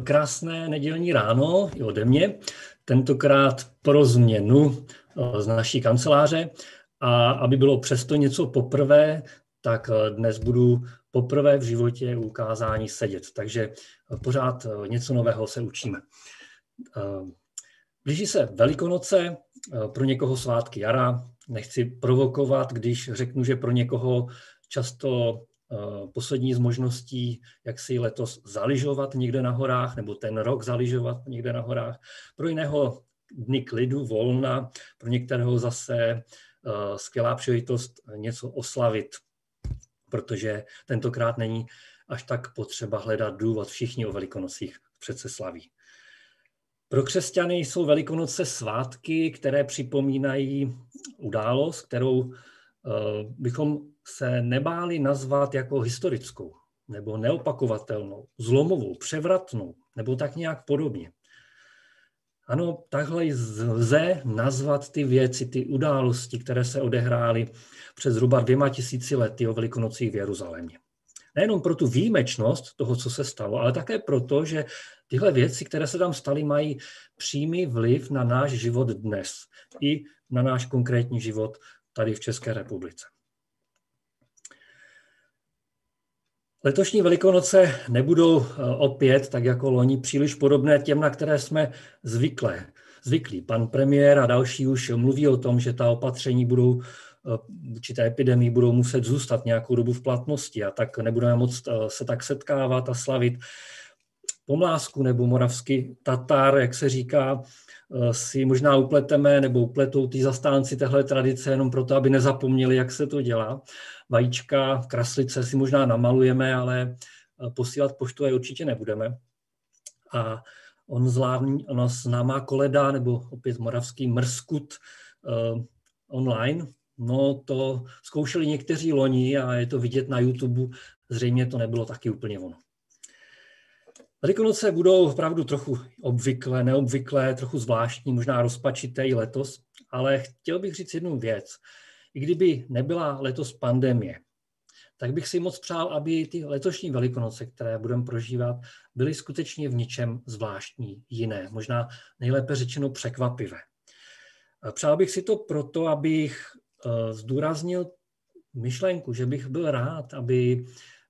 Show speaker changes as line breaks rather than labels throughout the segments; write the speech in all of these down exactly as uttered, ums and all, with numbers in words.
Krásné nedělní ráno i ode mě, tentokrát pro změnu z naší kanceláře. A aby bylo přesto něco poprvé, tak dnes budu poprvé v životě u kázání sedět. Takže pořád něco nového se učíme. Blíží se Velikonoce, pro někoho svátky jara. Nechci provokovat, když řeknu, že pro někoho často poslední z možností, jak si letos zaližovat někde na horách, nebo ten rok zaližovat někde na horách. Pro jiného dny klidu, volna, pro některého zase skvělá příležitost něco oslavit, protože tentokrát není až tak potřeba hledat důvod, všichni o Velikonocích přece slaví. Pro křesťany jsou Velikonoce svátky, které připomínají událost, kterou bychom se nebáli nazvat jako historickou, nebo neopakovatelnou, zlomovou, převratnou, nebo tak nějak podobně. Ano, takhle lze nazvat ty věci, ty události, které se odehrály před zhruba dvěma tisíci lety o Velikonocích v Jeruzalémě. Nejenom pro tu výjimečnost toho, co se stalo, ale také proto, že tyhle věci, které se tam staly, mají přímý vliv na náš život dnes i na náš konkrétní život tady v České republice. Letošní Velikonoce nebudou opět, tak jako loni, příliš podobné těm, na které jsme zvyklé, zvyklí. Pan premiér a další už mluví o tom, že ta opatření budou vůči té epidemii budou muset zůstat nějakou dobu v platnosti a tak nebudeme moct se tak setkávat a slavit. Pomlásku nebo moravský Tatar, jak se říká, si možná upleteme nebo upletou ty zastánci téhle tradice jenom proto, aby nezapomněli, jak se to dělá. Vajíčka, kraslice si možná namalujeme, ale posílat poštou je určitě nebudeme. A on zlávný, ona známá koleda, nebo opět moravský mrskut uh, online, no to zkoušeli někteří loni a je to vidět na YouTube, zřejmě to nebylo taky úplně ono. Velikonoce budou opravdu trochu obvyklé, neobvyklé, trochu zvláštní, možná rozpačité i letos, ale chtěl bych říct jednu věc. I kdyby nebyla letos pandemie, tak bych si moc přál, aby ty letošní Velikonoce, které budeme prožívat, byly skutečně v něčem zvláštní, jiné, možná nejlépe řečeno překvapivé. Přál bych si to proto, abych zdůraznil myšlenku, že bych byl rád, aby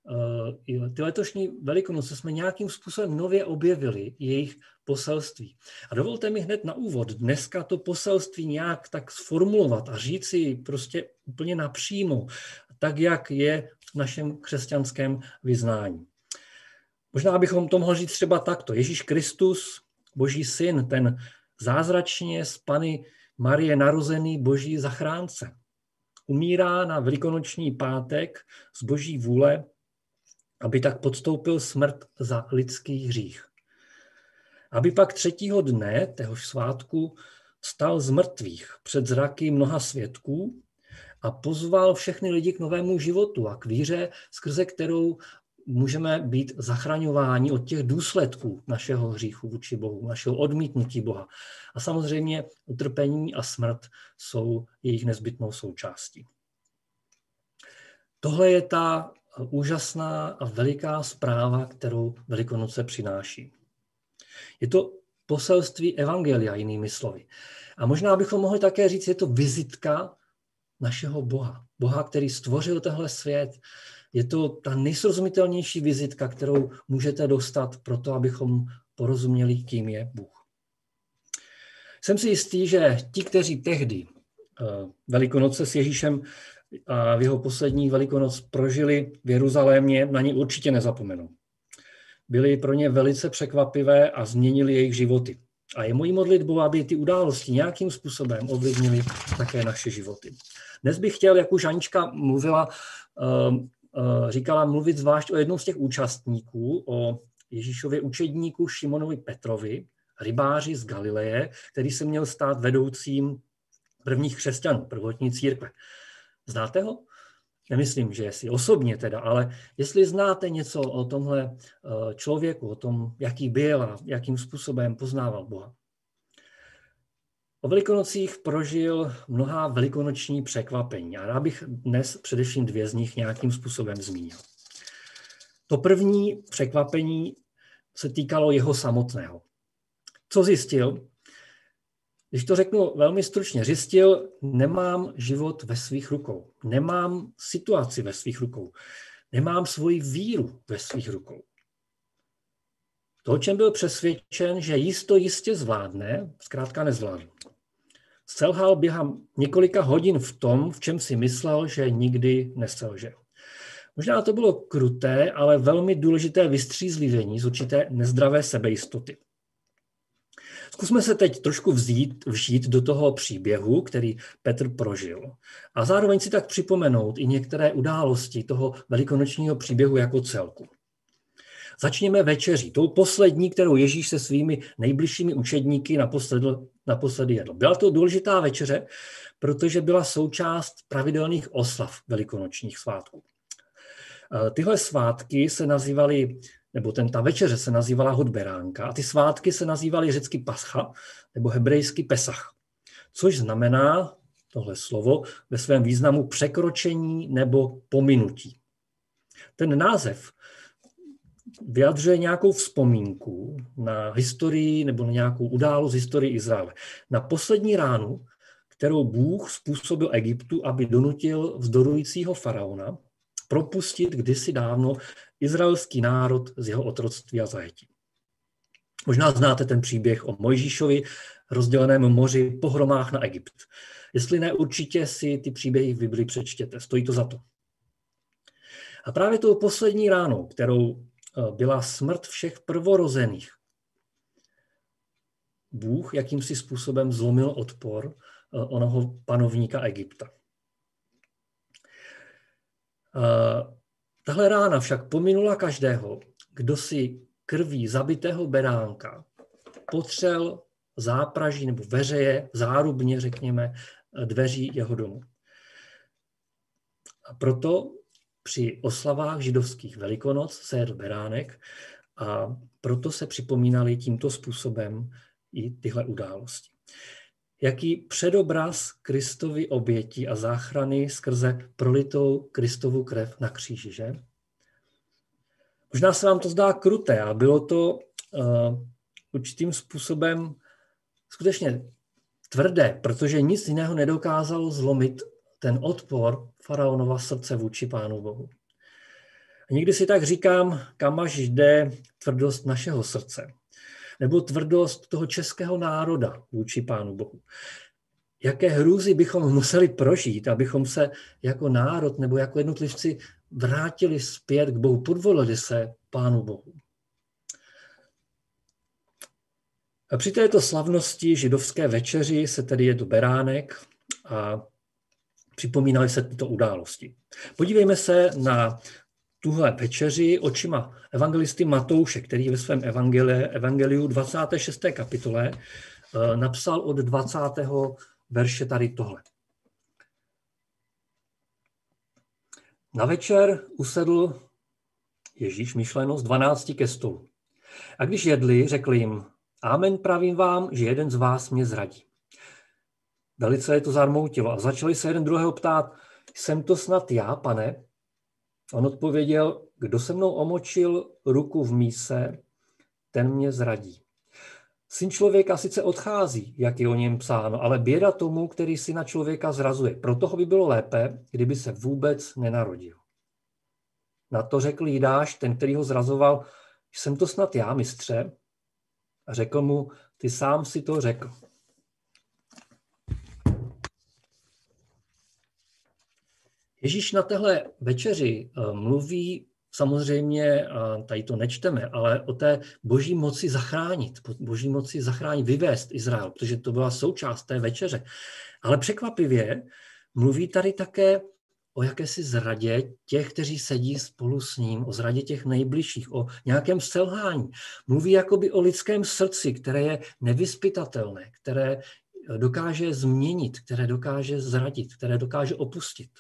ty letošní Velikonoce jsme nějakým způsobem nově objevili jejich poselství. A dovolte mi hned na úvod dneska to poselství nějak tak sformulovat a říct si prostě úplně napřímo, tak jak je v našem křesťanském vyznání. Možná bychom to mohli říct třeba takto. Ježíš Kristus, Boží syn, ten zázračně z Panny Marie narozený Boží zachránce, umírá na velikonoční pátek z Boží vůle, aby tak podstoupil smrt za lidský hřích. Aby pak třetího dne téhož svátku vstal z mrtvých před zraky mnoha svědků a pozval všechny lidi k novému životu a k víře, skrze kterou můžeme být zachraňováni od těch důsledků našeho hříchu vůči Bohu, našeho odmítnutí Boha. A samozřejmě utrpení a smrt jsou jejich nezbytnou součástí. Tohle je ta úžasná a veliká zpráva, kterou Velikonoce přináší. Je to poselství evangelia, jinými slovy. A možná bychom mohli také říct, je to vizitka našeho Boha. Boha, který stvořil tenhle svět. Je to ta nejsrozumitelnější vizitka, kterou můžete dostat pro to, abychom porozuměli, kým je Bůh. Jsem si jistý, že ti, kteří tehdy Velikonoce s Ježíšem a v jeho poslední Velikonoc prožili v Jeruzalémě, na ně určitě nezapomenou. Byly pro ně velice překvapivé a změnily jejich životy. A je mojí modlitbou, aby ty události nějakým způsobem ovlivnily také naše životy. Dnes bych chtěl, jak už Anička mluvila, říkala mluvit zvlášť o jednom z těch účastníků, o Ježíšově učedníku Šimonovi Petrovi, rybáři z Galileje, který se měl stát vedoucím prvních křesťanů, prvotní církve. Znáte ho? Nemyslím, že jestli osobně teda, ale jestli znáte něco o tomhle člověku, o tom, jaký byl a jakým způsobem poznával Boha. O Velikonocích prožil mnohá velikonoční překvapení a rád bych dnes především dvě z nich nějakým způsobem zmínil. To první překvapení se týkalo jeho samotného. Co zjistil? Když to řeknu velmi stručně, zjistil, nemám život ve svých rukou, nemám situaci ve svých rukou, nemám svoji víru ve svých rukou. To, o čem byl přesvědčen, že jisto jistě zvládne, zkrátka nezvládl. Selhal během několika hodin v tom, v čem si myslel, že nikdy neselže. Možná to bylo kruté, ale velmi důležité vystřízlivění z určité nezdravé sebejistoty. Zkusme se teď trošku vzít, vžít do toho příběhu, který Petr prožil. A zároveň si tak připomenout i některé události toho velikonočního příběhu jako celku. Začněme večeří, tou poslední, kterou Ježíš se svými nejbližšími učedníky naposledy, naposledy jedl. Byla to důležitá večeře, protože byla součást pravidelných oslav velikonočních svátků. Tyhle svátky se nazývaly, nebo ten, ta večeře se nazývala hod beránka a ty svátky se nazývaly řecky pascha nebo hebrejsky pesach, což znamená tohle slovo ve svém významu překročení nebo pominutí. Ten název vyjadřuje nějakou vzpomínku na historii nebo na nějakou událost historii Izraele. Na poslední ránu, kterou Bůh způsobil Egyptu, aby donutil vzdorujícího faraona propustit kdysi dávno izraelský národ z jeho otroctví a zajetí. Možná znáte ten příběh o Mojžíšovi, rozděleném moři, pohromách na Egypt. Jestli ne, určitě si ty příběhy v Biblii přečtěte, stojí to za to. A právě tou poslední ránou, kterou byla smrt všech prvorozených, Bůh jakýmsi způsobem zlomil odpor onoho panovníka Egypta. Tahle rána však pominula každého, kdo si krví zabitého beránka potřel zápraží nebo veřeje, zárubně, řekněme, dveří jeho domu. A proto při oslavách židovských Velikonoc se jedl beránek a proto se připomínaly tímto způsobem i tyhle události. Jaký předobraz Kristovy oběti a záchrany skrze prolitou Kristovu krev na kříži, že? Možná se vám to zdá kruté a bylo to uh, určitým způsobem skutečně tvrdé, protože nic jiného nedokázalo zlomit ten odpor faraonova srdce vůči Pánu Bohu. A někdy si tak říkám, kam až jde tvrdost našeho srdce, nebo tvrdost toho českého národa vůči Pánu Bohu. Jaké hrůzy bychom museli prožít, abychom se jako národ nebo jako jednotlivci vrátili zpět k Bohu, podvolili se Pánu Bohu. A při této slavnosti židovské večeři se tedy jedl beránek a připomínaly se tyto události. Podívejme se na tuhle večeři očima evangelisty Matouše, který ve svém evangeliu dvacáté šesté kapitole napsal od dvacátého verše tady tohle. Na večer usedl Ježíš, myšleno, z dvanácti ke stolu. A když jedli, řekl jim, amen, pravím vám, že jeden z vás mě zradí. Velice je to zarmoutilo a začali se jeden druhého ptát, jsem to snad já, pane? On odpověděl, kdo se mnou omočil ruku v míse, ten mě zradí. Syn člověka sice odchází, jak je o něm psáno, ale běda tomu, který syna člověka zrazuje. Proto ho by bylo lépe, kdyby se vůbec nenarodil. Na to řekl Jidáš, ten, který ho zrazoval, jsem to snad já, mistře? A řekl mu, ty sám si to řekl. Ježíš na téhle večeři mluví samozřejmě, tady to nečteme, ale o té boží moci zachránit, boží moci zachránit, vyvést Izrael, protože to byla součást té večeře. Ale překvapivě mluví tady také o jakési zradě těch, kteří sedí spolu s ním, o zradě těch nejbližších, o nějakém selhání. Mluví jakoby o lidském srdci, které je nevyzpytatelné, které dokáže změnit, které dokáže zradit, které dokáže opustit.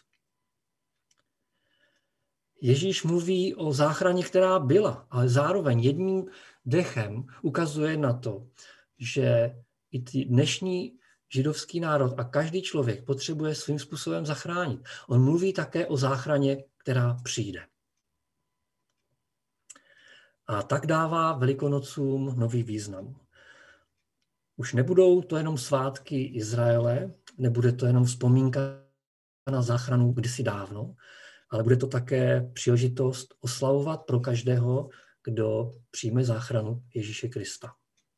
Ježíš mluví o záchraně, která byla, ale zároveň jedním dechem ukazuje na to, že i ty dnešní židovský národ a každý člověk potřebuje svým způsobem zachránit. On mluví také o záchraně, která přijde. A tak dává Velikonocům nový význam. Už nebudou to jenom svátky Izraele, nebude to jenom vzpomínka na záchranu kdysi dávno, ale bude to také příležitost oslavovat pro každého, kdo přijme záchranu Ježíše Krista.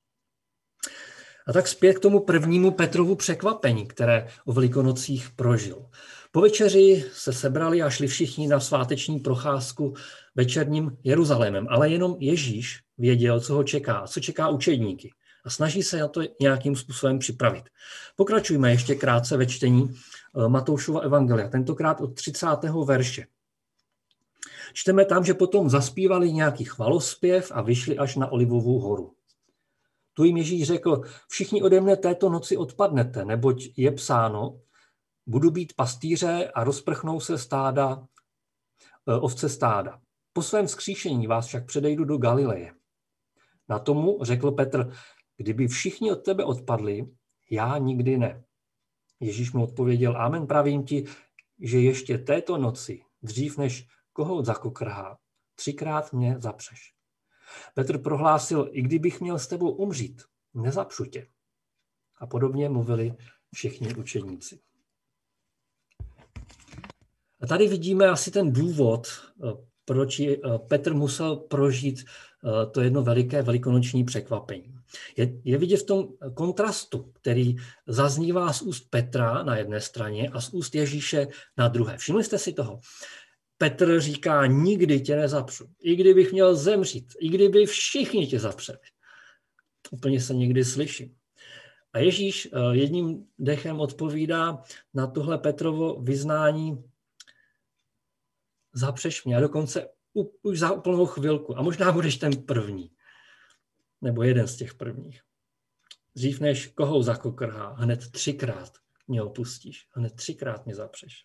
A tak zpět k tomu prvnímu Petrovu překvapení, které o Velikonocích prožil. Po večeři se sebrali a šli všichni na sváteční procházku večerním Jeruzalémem, ale jenom Ježíš věděl, co ho čeká, co čeká učedníky a snaží se na to nějakým způsobem připravit. Pokračujme ještě krátce ve čtení Matoušova evangelia, tentokrát od třicátého verše. Čteme tam, že potom zaspívali nějaký chvalospěv a vyšli až na Olivovou horu. Tu jim Ježíš řekl, všichni ode mne této noci odpadnete, neboť je psáno, budu být pastýře a rozprchnou se stáda, ovce stáda. Po svém vzkříšení vás však předejdu do Galileje. Na tomu řekl Petr, kdyby všichni od tebe odpadli, já nikdy ne. Ježíš mu odpověděl, amen, pravím ti, že ještě této noci, dřív než kohout zakokrhá, třikrát mě zapřeš. Petr prohlásil, i kdybych měl s tebou umřít, nezapřu tě. A podobně mluvili všichni učedníci. A tady vidíme asi ten důvod, proč Petr musel prožít to jedno veliké velikonoční překvapení. Je, je vidět v tom kontrastu, který zaznívá z úst Petra na jedné straně a z úst Ježíše na druhé. Všimli jste si toho? Petr říká, nikdy tě nezapřu, i kdybych měl zemřít, i kdyby všichni tě zapřeli. Úplně se někdy slyším. A Ježíš jedním dechem odpovídá na tohle Petrovo vyznání, zapřeš mě a dokonce už za úplnou chvilku a možná budeš ten první, nebo jeden z těch prvních. Dřív než kohout zakokrhá, hned třikrát mě opustíš, hned třikrát mě zapřeš.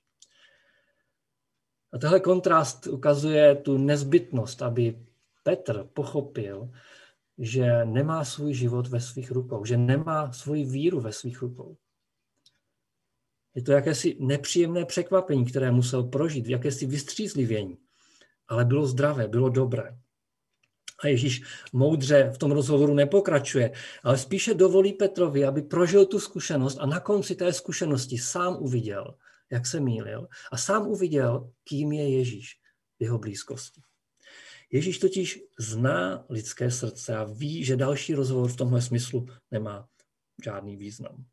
A tenhle kontrast ukazuje tu nezbytnost, aby Petr pochopil, že nemá svůj život ve svých rukou, že nemá svoji víru ve svých rukou. Je to jakési nepříjemné překvapení, které musel prožít, jakési vystřízlivění, ale bylo zdravé, bylo dobré. A Ježíš moudře v tom rozhovoru nepokračuje, ale spíše dovolí Petrovi, aby prožil tu zkušenost a na konci té zkušenosti sám uviděl, jak se mýlil a sám uviděl, kým je Ježíš v jeho blízkosti. Ježíš totiž zná lidské srdce a ví, že další rozhovor v tomhle smyslu nemá žádný význam.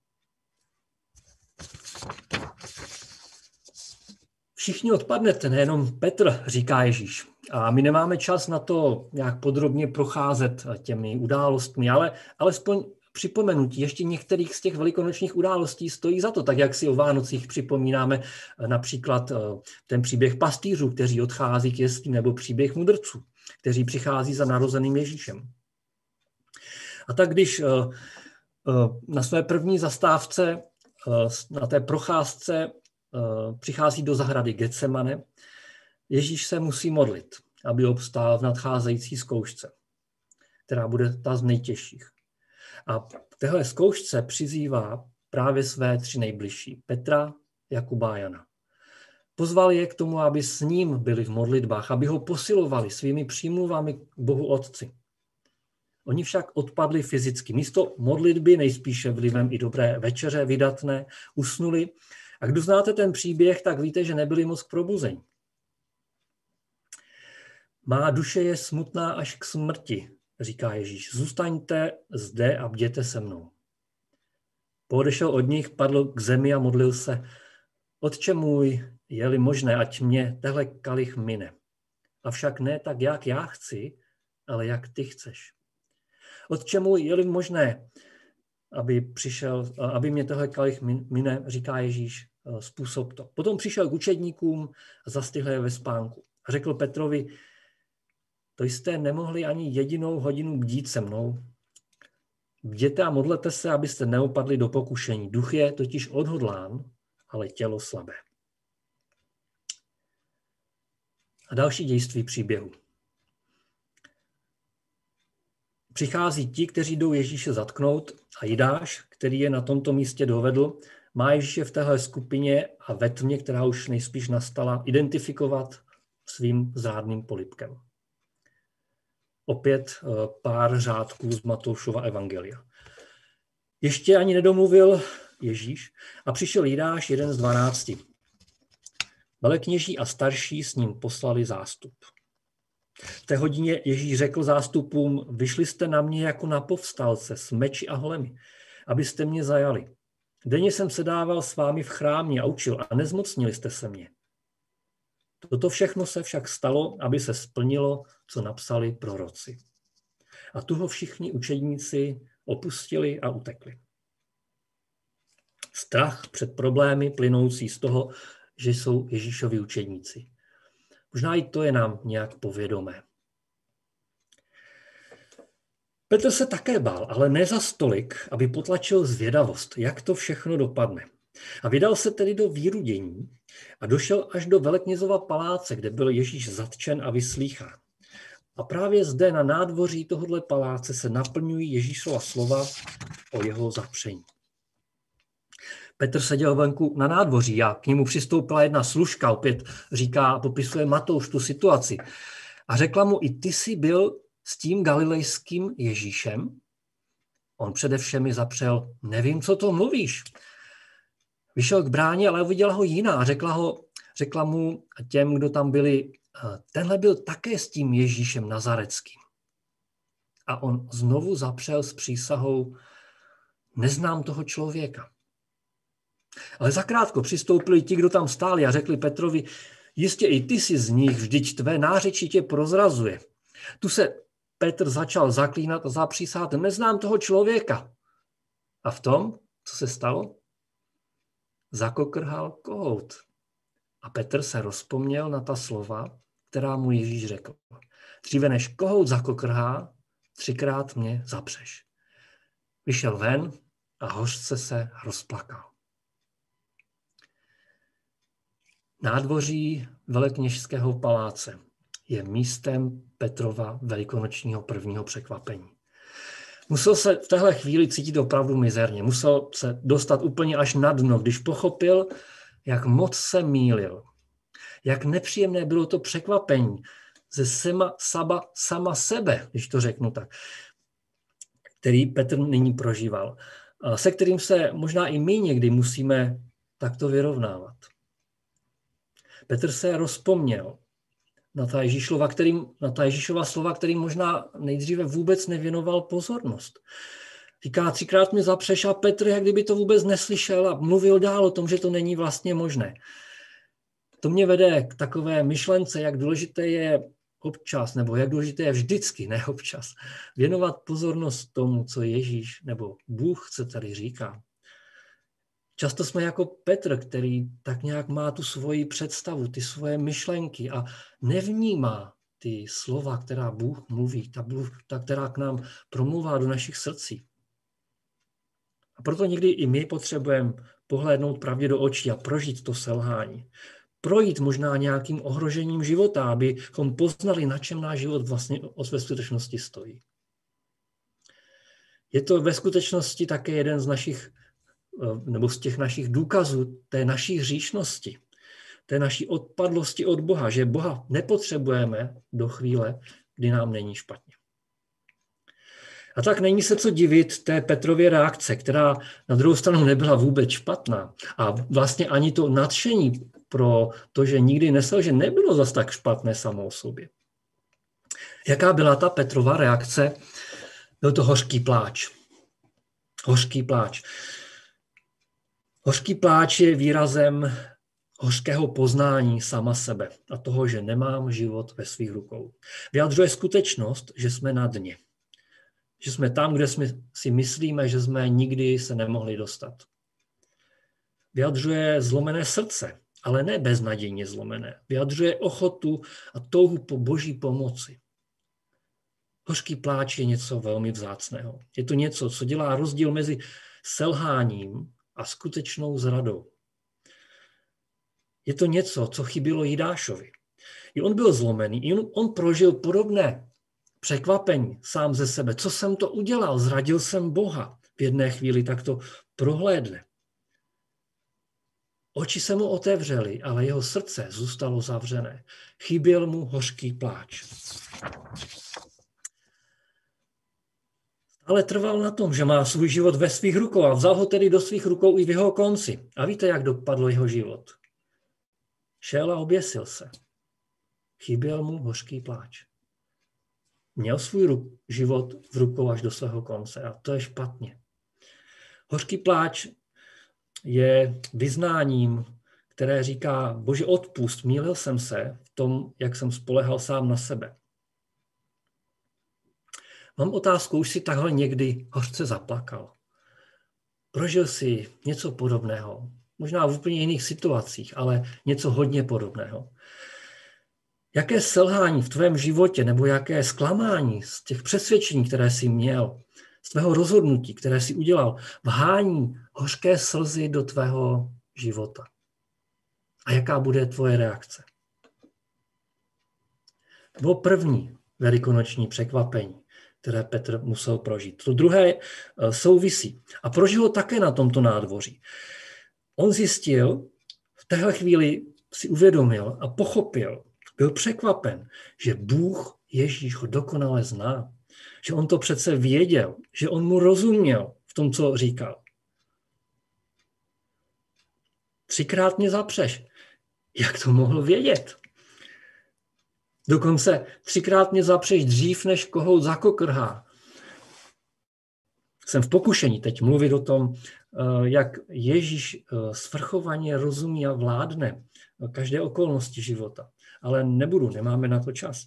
Všichni odpadnete, nejenom Petr, říká Ježíš. A my nemáme čas na to nějak podrobně procházet těmi událostmi, ale alespoň připomenutí ještě některých z těch velikonočních událostí stojí za to, tak jak si o Vánocích připomínáme například ten příběh pastýřů, kteří odchází k jesli, nebo příběh mudrců, kteří přichází za narozeným Ježíšem. A tak když na své první zastávce, na té procházce přichází do zahrady Getsemane, Ježíš se musí modlit, aby obstál v nadcházející zkoušce, která bude ta z nejtěžších. A v téhle zkoušce přizývá právě své tři nejbližší, Petra, Jakuba a Jana. Pozval je k tomu, aby s ním byli v modlitbách, aby ho posilovali svými přímluvami k Bohu Otci. Oni však odpadli fyzicky. Místo modlitby, nejspíše vlivem i dobré večeře vydatné, usnuli. A kdo znáte ten příběh, tak víte, že nebyli moc k probuzení. Má duše je smutná až k smrti, říká Ježíš. Zůstaňte zde a bděte se mnou. Poodešel od nich, padl k zemi a modlil se. Otče můj, je-li možné, ať mě tehle kalich mine. Avšak ne tak, jak já chci, ale jak ty chceš. Otče můj, je-li možné, aby přišel, aby mě tohle kalich mine, říká Ježíš, způsob to. Potom přišel k učedníkům a zastihl je ve spánku. A řekl Petrovi, to jste nemohli ani jedinou hodinu bdít se mnou. Bděte a modlete se, abyste neupadli do pokušení. Duch je totiž odhodlán, ale tělo slabé. A další dějství příběhu. Přichází ti, kteří jdou Ježíše zatknout a Jidáš, který je na tomto místě dovedl, má Ježíše v téhle skupině a ve tmě, která už nejspíš nastala, identifikovat svým zrádným polibkem. Opět pár řádků z Matoušova evangelia. Ještě ani nedomluvil Ježíš a přišel Jidáš, jeden z dvanácti. Velekněží a starší s ním poslali zástup. V té hodině Ježíš řekl zástupům, vyšli jste na mě jako na povstalce s meči a holemi, abyste mě zajali. Denně jsem se dával s vámi v chrámě a učil a nezmocnili jste se mě. Toto všechno se však stalo, aby se splnilo, co napsali proroci. A tu ho všichni učedníci opustili a utekli. Strach před problémy plynoucí z toho, že jsou Ježíšovi učedníci. Možná i to je nám nějak povědomé. Petr se také bál, ale ne za stolik, aby potlačil zvědavost, jak to všechno dopadne. A vydal se tedy do výrudění a došel až do veleknězova paláce, kde byl Ježíš zatčen a vyslýchán. A právě zde na nádvoří tohohle paláce se naplňují Ježíšova slova o jeho zapření. Petr seděl venku na nádvoří a k němu přistoupila jedna služka, opět říká, popisuje Matouš tu situaci. A řekla mu, i ty jsi byl s tím galilejským Ježíšem? On přede všemi zapřel, nevím, co to mluvíš. Vyšel k bráně, ale uviděla ho jiná a řekla, ho, řekla mu a těm, kdo tam byli, tenhle byl také s tím Ježíšem Nazareckým. A on znovu zapřel s přísahou, neznám toho člověka. Ale zakrátko přistoupili ti, kdo tam stáli a řekli Petrovi, jistě i ty jsi z nich, vždyť tvé nářečí tě prozrazuje. Tu se Petr začal zaklínat a zapřísát, neznám toho člověka. A v tom, co se stalo? Zakokrhal kohout. A Petr se rozpomněl na ta slova, která mu Ježíš řekl. Dříve než kohout zakokrhá, třikrát mě zapřeš. Vyšel ven a hořce se rozplakal. Nádvoří velekněžského paláce je místem Petrova velikonočního prvního překvapení. Musel se v téhle chvíli cítit opravdu mizerně. Musel se dostat úplně až na dno, když pochopil, jak moc se mýlil. Jak nepříjemné bylo to překvapení ze sama, sama, sama sebe, když to řeknu tak, který Petr nyní prožíval, se kterým se možná i my někdy musíme takto vyrovnávat. Petr se rozpomněl na ta Ježíšova, kterým, na ta Ježíšova slova, kterým možná nejdříve vůbec nevěnoval pozornost. Říká, třikrát mě zapřeš a Petr, jak kdyby to vůbec neslyšel a mluvil dál o tom, že to není vlastně možné. To mě vede k takové myšlence, jak důležité je občas, nebo jak důležité je vždycky, ne občas, věnovat pozornost tomu, co Ježíš nebo Bůh chce tady říká. Často jsme jako Petr, který tak nějak má tu svoji představu, ty svoje myšlenky a nevnímá ty slova, která Bůh mluví, ta, Bůh, ta která k nám promluvá do našich srdcí. A proto někdy i my potřebujeme pohlédnout pravdě do očí a prožít to selhání. Projít možná nějakým ohrožením života, abychom poznali, na čem náš život vlastně ve skutečnosti stojí. Je to ve skutečnosti také jeden z našich nebo z těch našich důkazů té naší hříšnosti, té naší odpadlosti od Boha, že Boha nepotřebujeme do chvíle, kdy nám není špatně. A tak není se co divit té Petrově reakce, která na druhou stranu nebyla vůbec špatná. A vlastně ani to nadšení pro to, že nikdy neselže, nebylo zas tak špatné samo o sobě. Jaká byla ta Petrova reakce? Byl to hořký pláč. Hořký pláč. Hořký pláč je výrazem hořkého poznání sama sebe a toho, že nemám život ve svých rukou. Vyjadřuje skutečnost, že jsme na dně. Že jsme tam, kde jsme si myslíme, že jsme nikdy se nemohli dostat. Vyjadřuje zlomené srdce, ale ne beznadějně zlomené. Vyjadřuje ochotu a touhu po Boží pomoci. Hořký pláč je něco velmi vzácného. Je to něco, co dělá rozdíl mezi selháním a skutečnou zradou. Je to něco, co chybilo Jidášovi. I on byl zlomený, i on, on prožil podobné překvapení sám ze sebe. Co jsem to udělal? Zradil jsem Boha. V jedné chvíli tak to prohlédne. Oči se mu otevřely, ale jeho srdce zůstalo zavřené. Chyběl mu hořký pláč. ale trval na tom, že má svůj život ve svých rukou a vzal ho tedy do svých rukou i v jeho konci. A víte, jak dopadl jeho život? Šel a oběsil se. Chyběl mu hořký pláč. Měl svůj život v rukou až do svého konce a to je špatně. Hořký pláč je vyznáním, které říká: Bože, odpusť, mýlil jsem se v tom, jak jsem spolehal sám na sebe. Mám otázku, už si takhle někdy hořce zaplakal. Prožil si něco podobného, možná v úplně jiných situacích, ale něco hodně podobného. Jaké selhání v tvém životě nebo jaké zklamání z těch přesvědčení, které jsi měl, z tvého rozhodnutí, které jsi udělal, vhání hořké slzy do tvého života? A jaká bude tvoje reakce? To bylo první velikonoční překvapení, které Petr musel prožít. To druhé souvisí. A prožil ho také na tomto nádvoří. On zjistil, v téhle chvíli si uvědomil a pochopil, byl překvapen, že Bůh Ježíš ho dokonale zná. Že on to přece věděl, že on mu rozuměl v tom, co říkal. Třikrát mě zapřeš. Jak to mohl vědět? Dokonce třikrát mě zapřeš dřív, než kohout zakokrhá. Jsem v pokušení teď mluvit o tom, jak Ježíš svrchovaně rozumí a vládne každé okolnosti života. Ale nebudu, nemáme na to čas.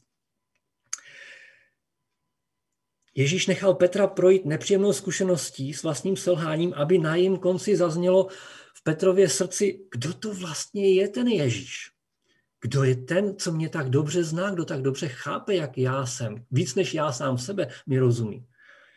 Ježíš nechal Petra projít nepříjemnou zkušeností s vlastním selháním, aby na jejím konci zaznělo v Petrově srdci, kdo to vlastně je ten Ježíš. Kdo je ten, co mě tak dobře zná, kdo tak dobře chápe, jak já jsem. Víc než já sám sebe mi rozumí.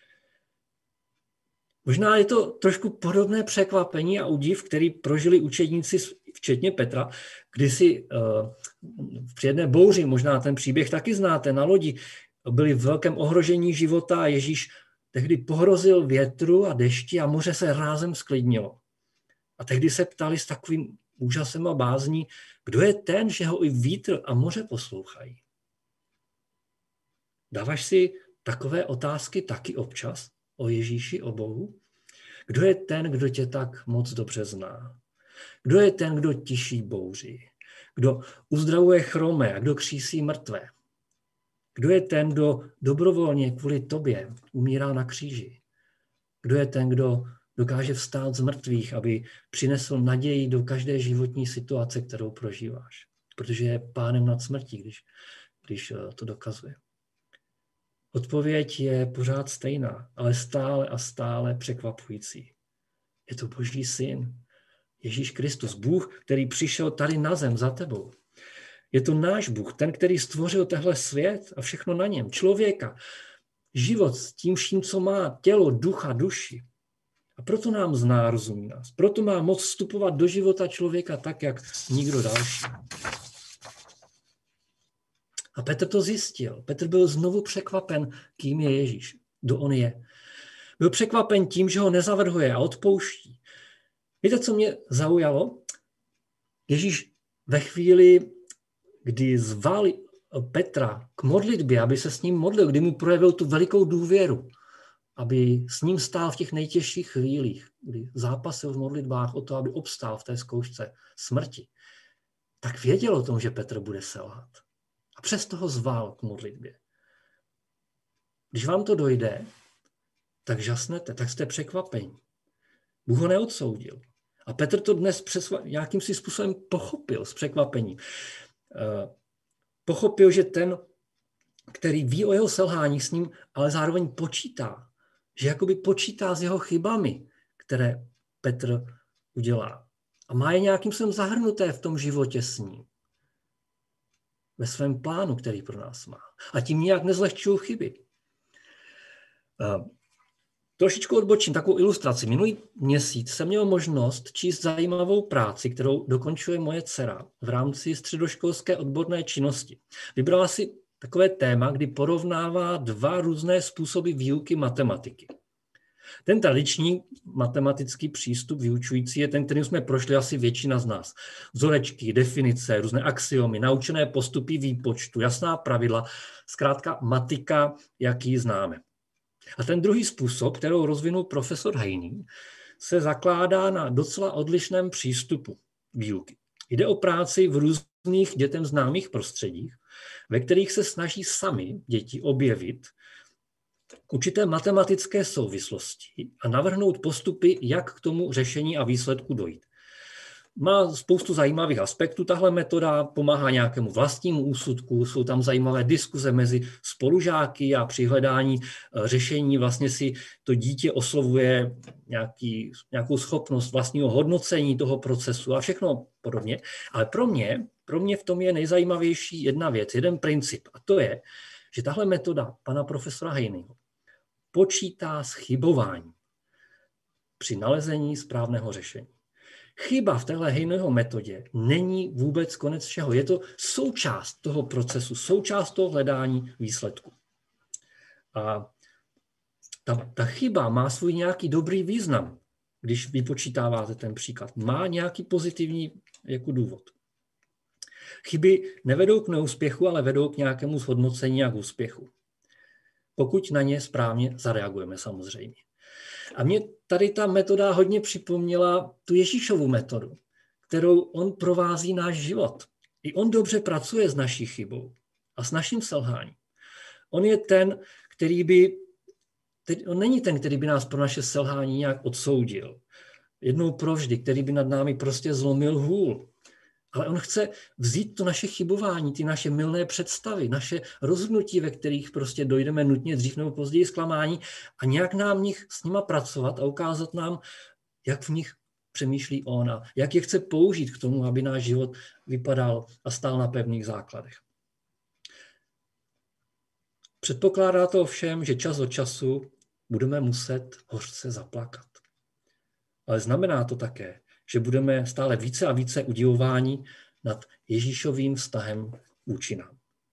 Možná je to trošku podobné překvapení a údiv, který prožili učedníci, včetně Petra, kdy si uh, při jedné bouři, možná ten příběh taky znáte, na lodi, byli v velkém ohrožení života a Ježíš tehdy pohrozil větru a dešti a moře se rázem sklidnilo. A tehdy se ptali s takovým úžasem a bázní, kdo je ten, že ho i vítr a moře poslouchají. Dáváš si takové otázky taky občas o Ježíši, o Bohu? Kdo je ten, kdo tě tak moc dobře zná? Kdo je ten, kdo tiší bouři? Kdo uzdravuje chromé a kdo křísí mrtvé? Kdo je ten, kdo dobrovolně kvůli tobě umírá na kříži? Kdo je ten, kdo dokáže vstát z mrtvých, aby přinesl naději do každé životní situace, kterou prožíváš? Protože je pánem nad smrtí, když, když to dokazuje. Odpověď je pořád stejná, ale stále a stále překvapující. Je to Boží syn, Ježíš Kristus, Bůh, který přišel tady na zem za tebou. Je to náš Bůh, ten, který stvořil tehle svět a všechno na něm, člověka, život s tím vším, co má, tělo, ducha, duši. A proto nám zná, rozumí nás. Proto má moc vstupovat do života člověka tak, jak nikdo další. A Petr to zjistil. Petr byl znovu překvapen, kým je Ježíš, kdo on je. Byl překvapen tím, že ho nezavrhuje a odpouští. Víte, co mě zaujalo? Ježíš ve chvíli, kdy zval Petra k modlitbě, aby se s ním modlil, kdy mu projevil tu velikou důvěru, aby s ním stál v těch nejtěžších chvílích, kdy zápasil v modlitbách o to, aby obstál v té zkoušce smrti, tak věděl o tom, že Petr bude selhat. A přesto ho zval k modlitbě. Když vám to dojde, tak žasnete, tak jste překvapení. Bůh ho neodsoudil. A Petr to dnes přesva- nějakým si způsobem pochopil s překvapením. Uh, pochopil, že ten, který ví o jeho selhání s ním, ale zároveň počítá. Že jakoby počítá s jeho chybami, které Petr udělá. A má je nějakým způsobem zahrnuté v tom životě s ním. Ve svém plánu, který pro nás má. A tím nějak nezlehčují chyby. Uh, trošičku odbočím takovou ilustraci. Minulý měsíc jsem měl možnost číst zajímavou práci, kterou dokončuje moje dcera v rámci středoškolské odborné činnosti. Vybrala si takové téma, kdy porovnává dva různé způsoby výuky matematiky. Ten tradiční matematický přístup vyučující je ten, který jsme prošli asi většina z nás. Vzorečky, definice, různé axiomy, naučené postupy výpočtu, jasná pravidla, zkrátka matika, jak ji známe. A ten druhý způsob, kterou rozvinul profesor Hejný, se zakládá na docela odlišném přístupu výuky. Jde o práci v různých dětem známých prostředích, ve kterých se snaží sami děti objevit určité matematické souvislosti a navrhnout postupy, jak k tomu řešení a výsledku dojít. Má spoustu zajímavých aspektů. Tahle metoda pomáhá nějakému vlastnímu úsudku, jsou tam zajímavé diskuze mezi spolužáky a při hledání řešení vlastně si to dítě oslovuje nějaký, nějakou schopnost vlastního hodnocení toho procesu a všechno podobně. Ale pro mě, pro mě v tom je nejzajímavější jedna věc, jeden princip, a to je, že tahle metoda pana profesora Hejného počítá s chybováním při nalezení správného řešení. Chyba v téhle Hejného metodě není vůbec konec všeho. Je to součást toho procesu, součást toho hledání výsledku. A ta, ta chyba má svůj nějaký dobrý význam, když vypočítáváte ten příklad. Má nějaký pozitivní jako důvod. Chyby nevedou k neúspěchu, ale vedou k nějakému zhodnocení a k úspěchu. Pokud na ně správně zareagujeme samozřejmě. A mě tady ta metoda hodně připomněla tu Ježíšovu metodu, kterou on provází náš život. I on dobře pracuje s naší chybou a s naším selháním. On je ten, který by, on není ten, který by nás pro naše selhání nějak odsoudil. Jednou provždy, který by nad námi prostě zlomil hůl. Ale on chce vzít to naše chybování, ty naše mylné představy, naše rozhodnutí, ve kterých prostě dojdeme nutně dřív nebo později zklamání a nějak nám v nich s nima pracovat a ukázat nám, jak v nich přemýšlí on a jak je chce použít k tomu, aby náš život vypadal a stál na pevných základech. Předpokládá to ovšem, že čas od času budeme muset hořce zaplakat. Ale znamená to také, že budeme stále více a více udivováni nad Ježíšovým vztahem vůči nám.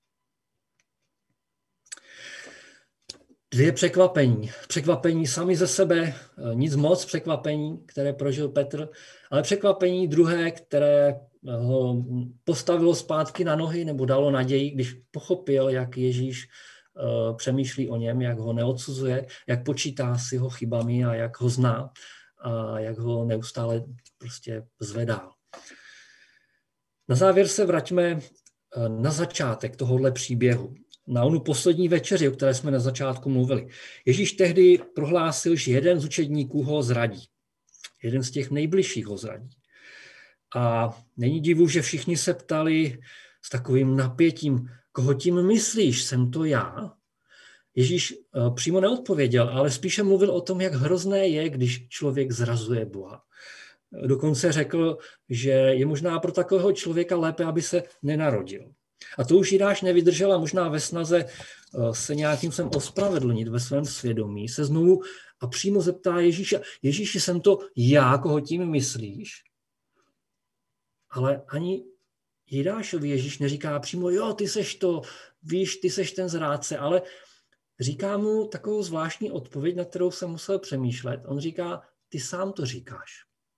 Dvě překvapení. Překvapení sami ze sebe, nic moc překvapení, které prožil Petr, ale překvapení druhé, které ho postavilo zpátky na nohy nebo dalo naději, když pochopil, jak Ježíš přemýšlí o něm, jak ho neodsuzuje, jak počítá s jeho chybami a jak ho zná a jak ho neustále prostě zvedá. Na závěr se vraťme na začátek tohohle příběhu. Na onu poslední večeři, o které jsme na začátku mluvili. Ježíš tehdy prohlásil, že jeden z učedníků ho zradí. Jeden z těch nejbližších ho zradí. A není divu, že všichni se ptali s takovým napětím, koho tím myslíš, jsem to já? Ježíš přímo neodpověděl, ale spíše mluvil o tom, jak hrozné je, když člověk zrazuje Boha. Dokonce řekl, že je možná pro takového člověka lépe, aby se nenarodil. A to už Jidáš nevydržel a možná ve snaze se nějakým sem ospravedlnit ve svém svědomí, se znovu a přímo zeptá Ježíše, Ježíši, jsem to já, koho tím myslíš? Ale ani Jidášovi Ježíš neříká přímo, jo, ty seš to, víš, ty seš ten zrádce, ale říká mu takovou zvláštní odpověď, na kterou jsem musel přemýšlet. On říká, ty sám to říkáš.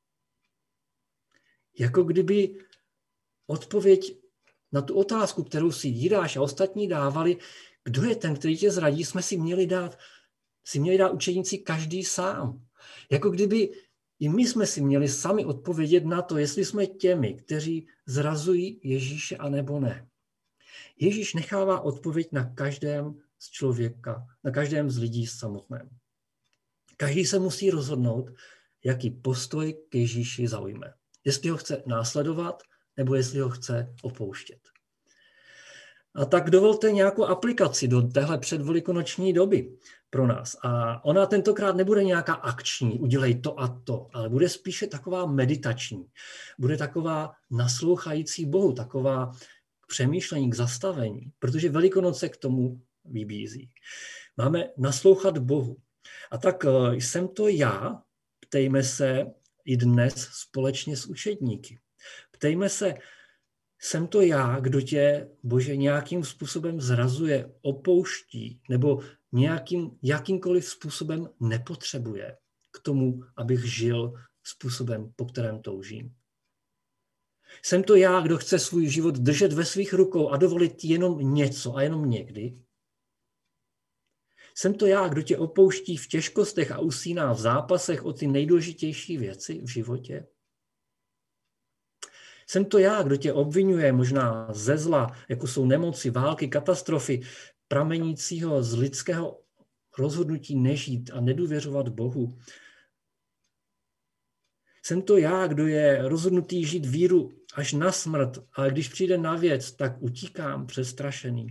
Jako kdyby odpověď na tu otázku, kterou si Jidáš a ostatní dávali, kdo je ten, který tě zradí, jsme si měli dát, si měli dát učeníci každý sám. Jako kdyby i my jsme si měli sami odpovědět na to, jestli jsme těmi, kteří zrazují Ježíše, anebo ne. Ježíš nechává odpověď na každém z člověka, na každém z lidí samotném. Každý se musí rozhodnout, jaký postoj k Ježíši zaujme. Jestli ho chce následovat, nebo jestli ho chce opouštět. A tak dovolte nějakou aplikaci do téhle předvelikonoční doby pro nás. A ona tentokrát nebude nějaká akční, udělej to a to, ale bude spíše taková meditační. Bude taková naslouchající Bohu, taková k přemýšlení, k zastavení, protože Velikonoce k tomu vybízí. Máme naslouchat Bohu. A tak jsem to já, ptejme se i dnes společně s učedníky. Ptejme se, jsem to já, kdo tě, Bože, nějakým způsobem zrazuje, opouští, nebo nějakým, jakýmkoliv způsobem nepotřebuje k tomu, abych žil způsobem, po kterém toužím. Jsem to já, kdo chce svůj život držet ve svých rukou a dovolit jenom něco a jenom někdy. Jsem to já, kdo tě opouští v těžkostech a usíná v zápasech o ty nejdůležitější věci v životě? Jsem to já, kdo tě obvinuje možná ze zla, jako jsou nemoci, války, katastrofy, pramenícího z lidského rozhodnutí nežít a nedůvěřovat Bohu. Jsem to já, kdo je rozhodnutý žít víru až na smrt, ale když přijde na věc, tak utíkám přestrašený.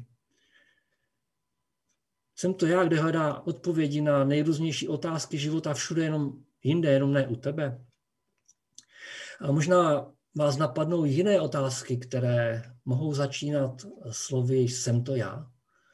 Jsem to já, kdo hledá odpovědi na nejrůznější otázky života všude, jenom jinde, jenom ne u tebe. A možná vás napadnou jiné otázky, které mohou začínat slovy jsem to já.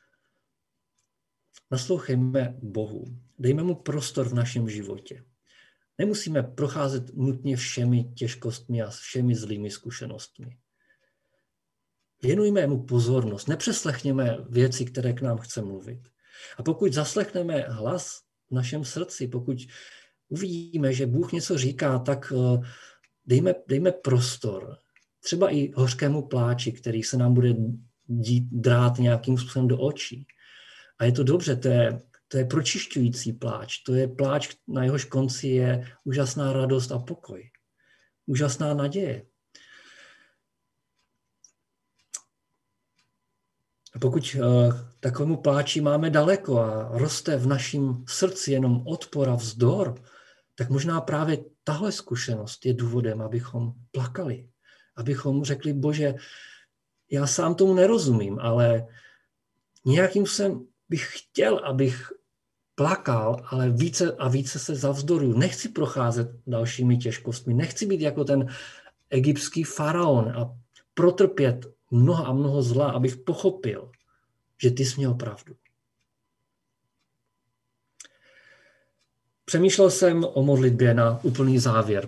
Naslouchejme Bohu, dejme mu prostor v našem životě. Nemusíme procházet nutně všemi těžkostmi a všemi zlými zkušenostmi. Věnujme mu pozornost, nepřeslechněme věci, které k nám chce mluvit. A pokud zaslechneme hlas v našem srdci, pokud uvidíme, že Bůh něco říká, tak dejme, dejme prostor. Třeba i hořkému pláči, který se nám bude dít, drát nějakým způsobem do očí. A je to dobře, to je, to je pročišťující pláč. To je pláč, na jehož konci je úžasná radost a pokoj. Úžasná naděje. A pokud uh, takovému pláči máme daleko a roste v našem srdci jenom odpor a vzdor, tak možná právě tahle zkušenost je důvodem, abychom plakali. Abychom řekli, Bože, já sám tomu nerozumím, ale nějakým jsem bych chtěl, abych plakal, ale více a více se zavzdoruju. Nechci procházet dalšími těžkostmi, nechci být jako ten egyptský faraon a protrpět mnoho a mnoho zla, abych pochopil, že ty jsi měl pravdu. Přemýšlel jsem o modlitbě na úplný závěr.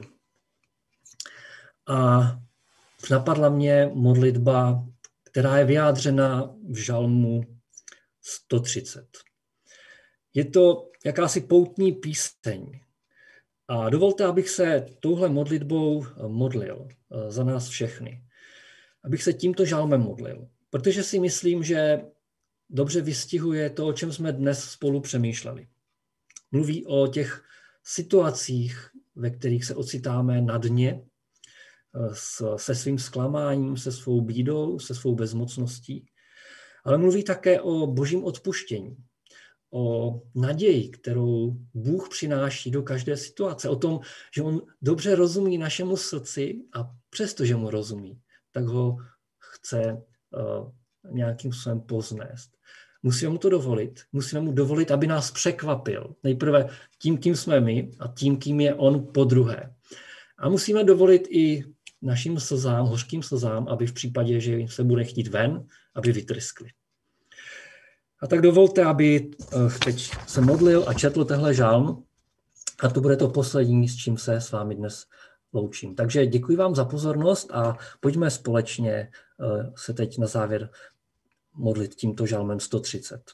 A napadla mě modlitba, která je vyjádřena v žalmu sto třicet. Je to jakási poutní píseň. A dovolte, abych se touhle modlitbou modlil za nás všechny. Abych se tímto žalmem modlil. Protože si myslím, že dobře vystihuje to, o čem jsme dnes spolu přemýšleli. Mluví o těch situacích, ve kterých se ocitáme na dně, se svým zklamáním, se svou bídou, se svou bezmocností. Ale mluví také o božím odpuštění, o naději, kterou Bůh přináší do každé situace, o tom, že on dobře rozumí našemu srdci a přestože mu rozumí, tak ho chce uh, nějakým způsobem poznést. Musíme mu to dovolit, musíme mu dovolit, aby nás překvapil. Nejprve tím, kým jsme my a tím, kým je on podruhé. A musíme dovolit i našim slzám, hořkým slzám, aby v případě, že se bude chtít ven, aby vytryskli. A tak dovolte, aby teď se modlil a četl tehle žalm a to bude to poslední, s čím se s vámi dnes loučím. Takže děkuji vám za pozornost a pojďme společně se teď na závěr modlit tímto žalmem sto třicet.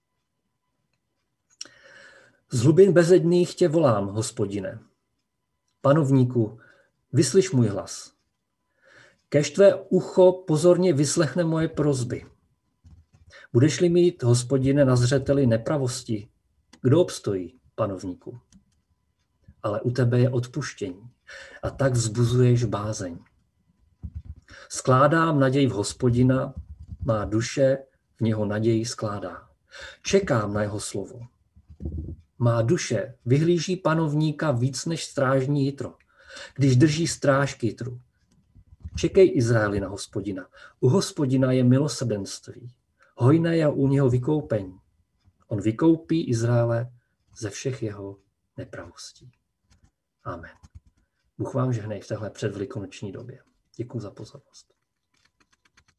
Z hlubin bezedných tě volám, Hospodine. Panovníku, vyslyš můj hlas. Kéž tvé ucho pozorně vyslechne moje prosby. Budeš-li mít, Hospodine, na zřeteli nepravosti, kdo obstojí, panovníku? Ale u tebe je odpuštění a tak vzbuzuješ bázeň. Skládám naději v Hospodina, má duše v něho naději skládá. Čekám na jeho slovo. Má duše vyhlíží panovníka víc než strážní jitro, když drží stráž k jitru. Čekej, Izraeli, na Hospodina. U Hospodina je milosrdenství. Hojné je u něho vykoupení. On vykoupí Izraele ze všech jeho nepravostí. Amen. Bůh vám žehnej v téhle předvelikonoční době. Děkuji za pozornost.